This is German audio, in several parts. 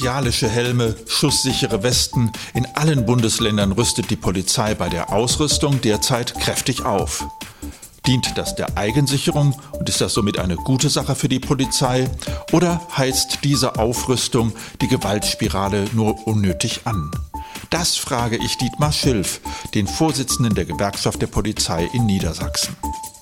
Martialische Helme, schusssichere Westen. In allen Bundesländern rüstet die Polizei bei der Ausrüstung derzeit kräftig auf. Dient das der Eigensicherung und ist das somit eine gute Sache für die Polizei? Oder heizt diese Aufrüstung die Gewaltspirale nur unnötig an? Das frage ich Dietmar Schilf, den Vorsitzenden der Gewerkschaft der Polizei in Niedersachsen.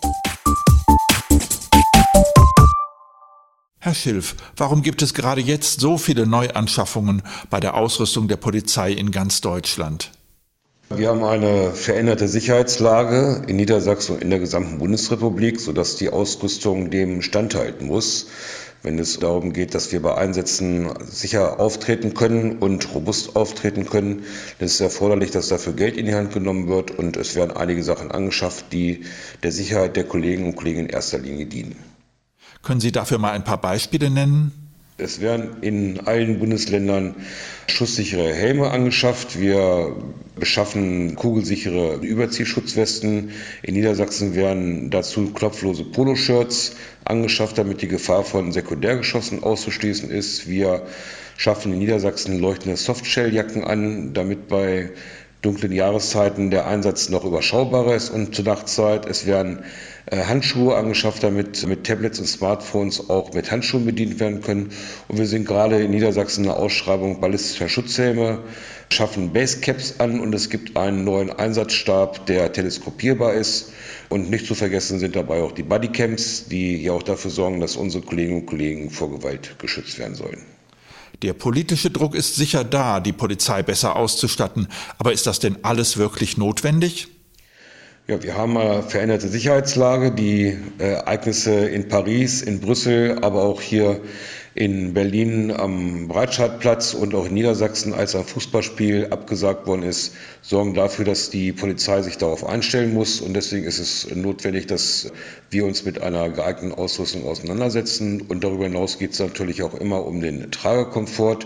Herr Schilf, warum gibt es gerade jetzt so viele Neuanschaffungen bei der Ausrüstung der Polizei in ganz Deutschland? Wir haben eine veränderte Sicherheitslage in Niedersachsen und in der gesamten Bundesrepublik, sodass die Ausrüstung dem standhalten muss. Wenn es darum geht, dass wir bei Einsätzen sicher auftreten können und robust auftreten können, dann ist es erforderlich, dass dafür Geld in die Hand genommen wird und es werden einige Sachen angeschafft, die der Sicherheit der Kolleginnen und Kollegen in erster Linie dienen. Können Sie dafür mal ein paar Beispiele nennen? Es werden in allen Bundesländern schusssichere Helme angeschafft. Wir beschaffen kugelsichere Überziehschutzwesten. In Niedersachsen werden dazu knopflose Poloshirts angeschafft, damit die Gefahr von Sekundärgeschossen auszuschließen ist. Wir schaffen in Niedersachsen leuchtende Softshelljacken an, damit bei dunklen Jahreszeiten der Einsatz noch überschaubarer ist und zur Nachtzeit. Es werden Handschuhe angeschafft, damit mit Tablets und Smartphones auch mit Handschuhen bedient werden können. Und wir sind gerade in Niedersachsen in der Ausschreibung ballistischer Schutzhelme, schaffen Basecaps an und es gibt einen neuen Einsatzstab, der teleskopierbar ist. Und nicht zu vergessen sind dabei auch die Bodycams, die ja auch dafür sorgen, dass unsere Kolleginnen und Kollegen vor Gewalt geschützt werden sollen. Der politische Druck ist sicher da, die Polizei besser auszustatten. Aber ist das denn alles wirklich notwendig? Ja, wir haben eine veränderte Sicherheitslage. Die Ereignisse in Paris, in Brüssel, aber auch hier in Berlin am Breitscheidplatz und auch in Niedersachsen, als ein Fußballspiel abgesagt worden ist, sorgen dafür, dass die Polizei sich darauf einstellen muss. Und deswegen ist es notwendig, dass wir uns mit einer geeigneten Ausrüstung auseinandersetzen. Und darüber hinaus geht es natürlich auch immer um den Tragekomfort.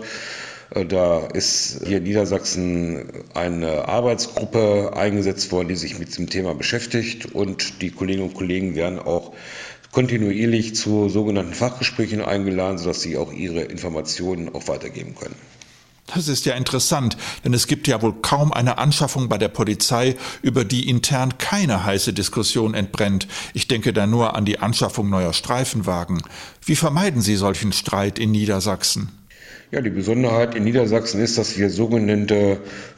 Da ist hier in Niedersachsen eine Arbeitsgruppe eingesetzt worden, die sich mit diesem Thema beschäftigt. Und die Kolleginnen und Kollegen werden auch kontinuierlich zu sogenannten Fachgesprächen eingeladen, sodass sie auch ihre Informationen auch weitergeben können. Das ist ja interessant, denn es gibt ja wohl kaum eine Anschaffung bei der Polizei, über die intern keine heiße Diskussion entbrennt. Ich denke da nur an die Anschaffung neuer Streifenwagen. Wie vermeiden Sie solchen Streit in Niedersachsen? Ja, die Besonderheit in Niedersachsen ist, dass wir sogenannte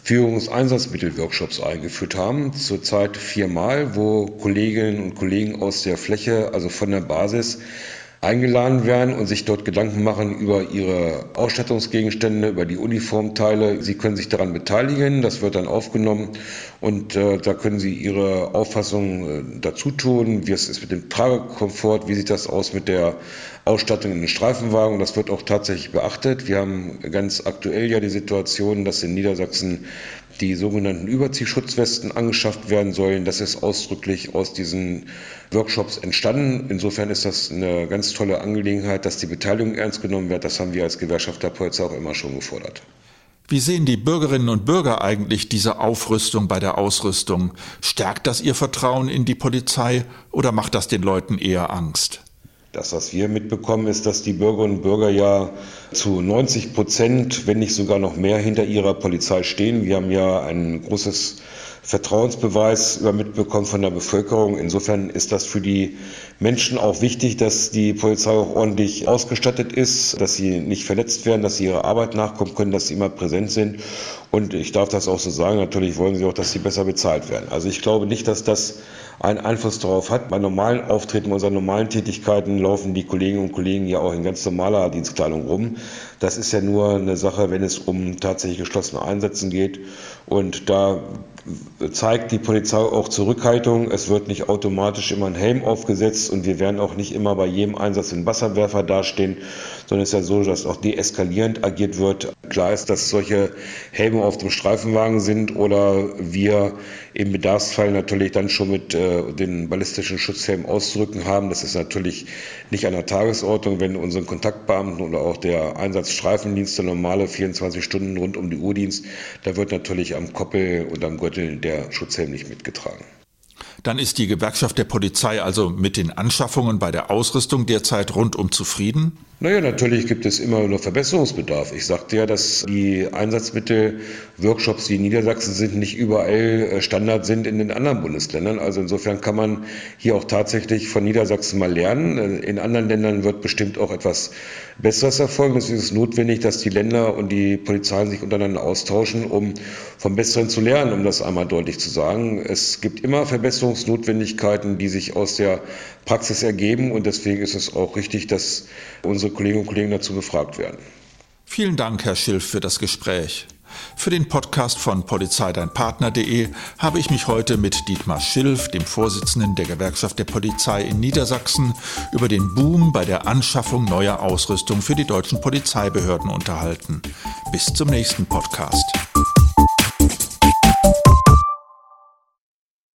Führungseinsatzmittel-Workshops eingeführt haben. Zurzeit 4-mal, wo Kolleginnen und Kollegen aus der Fläche, also von der Basis, eingeladen werden und sich dort Gedanken machen über ihre Ausstattungsgegenstände, über die Uniformteile. Sie können sich daran beteiligen, das wird dann aufgenommen und da können Sie Ihre Auffassung dazu tun. Wie es ist mit dem Tragekomfort, wie sieht das aus mit der Ausstattung in den Streifenwagen? Das wird auch tatsächlich beachtet. Wir haben ganz aktuell ja die Situation, dass in Niedersachsen die sogenannten Überziehschutzwesten angeschafft werden sollen. Das ist ausdrücklich aus diesen Workshops entstanden. Insofern ist das eine ganz tolle Angelegenheit, dass die Beteiligung ernst genommen wird. Das haben wir als Gewerkschaft der Polizei auch immer schon gefordert. Wie sehen die Bürgerinnen und Bürger eigentlich diese Aufrüstung bei der Ausrüstung? Stärkt das ihr Vertrauen in die Polizei oder macht das den Leuten eher Angst? Das, was wir mitbekommen, ist, dass die Bürgerinnen und Bürger ja zu 90%, wenn nicht sogar noch mehr, hinter ihrer Polizei stehen. Wir haben ja ein großes Vertrauensbeweis mitbekommen von der Bevölkerung. Insofern ist das für die Menschen auch wichtig, dass die Polizei auch ordentlich ausgestattet ist, dass sie nicht verletzt werden, dass sie ihrer Arbeit nachkommen können, dass sie immer präsent sind. Und ich darf das auch so sagen, natürlich wollen sie auch, dass sie besser bezahlt werden. Also ich glaube nicht, dass das einen Einfluss darauf hat. Bei normalen Auftritten, unseren normalen Tätigkeiten laufen die Kolleginnen und Kollegen ja auch in ganz normaler Dienstkleidung rum. Das ist ja nur eine Sache, wenn es um tatsächlich geschlossene Einsätze geht. Und da zeigt die Polizei auch Zurückhaltung. Es wird nicht automatisch immer ein Helm aufgesetzt und wir werden auch nicht immer bei jedem Einsatz den Wasserwerfer dastehen, sondern es ist ja so, dass auch deeskalierend agiert wird. Klar ist, dass solche Helme auf dem Streifenwagen sind oder wir im Bedarfsfall natürlich dann schon mit den ballistischen Schutzhelmen auszurücken haben. Das ist natürlich nicht an der Tagesordnung, wenn unseren Kontaktbeamten oder auch der Einsatzstreifendienst, der normale 24 Stunden rund um die Uhr Dienst, da wird natürlich am Koppel und am Gürtel der Schutzhelm nicht mitgetragen. Dann ist die Gewerkschaft der Polizei also mit den Anschaffungen bei der Ausrüstung derzeit rundum zufrieden? Naja, natürlich gibt es immer noch Verbesserungsbedarf. Ich sagte ja, dass die Einsatzmittel, Workshops, die in Niedersachsen sind, nicht überall Standard sind in den anderen Bundesländern. Also insofern kann man hier auch tatsächlich von Niedersachsen mal lernen. In anderen Ländern wird bestimmt auch etwas Besseres erfolgen. Deswegen ist es notwendig, dass die Länder und die Polizeien sich untereinander austauschen, um vom Besseren zu lernen, um das einmal deutlich zu sagen. Es gibt immer Verbesserungsnotwendigkeiten, die sich aus der Praxis ergeben, und deswegen ist es auch richtig, dass unsere Kolleginnen und Kollegen dazu befragt werden. Vielen Dank, Herr Schilf, für das Gespräch. Für den Podcast von polizeideinpartner.de habe ich mich heute mit Dietmar Schilf, dem Vorsitzenden der Gewerkschaft der Polizei in Niedersachsen, über den Boom bei der Anschaffung neuer Ausrüstung für die deutschen Polizeibehörden unterhalten. Bis zum nächsten Podcast.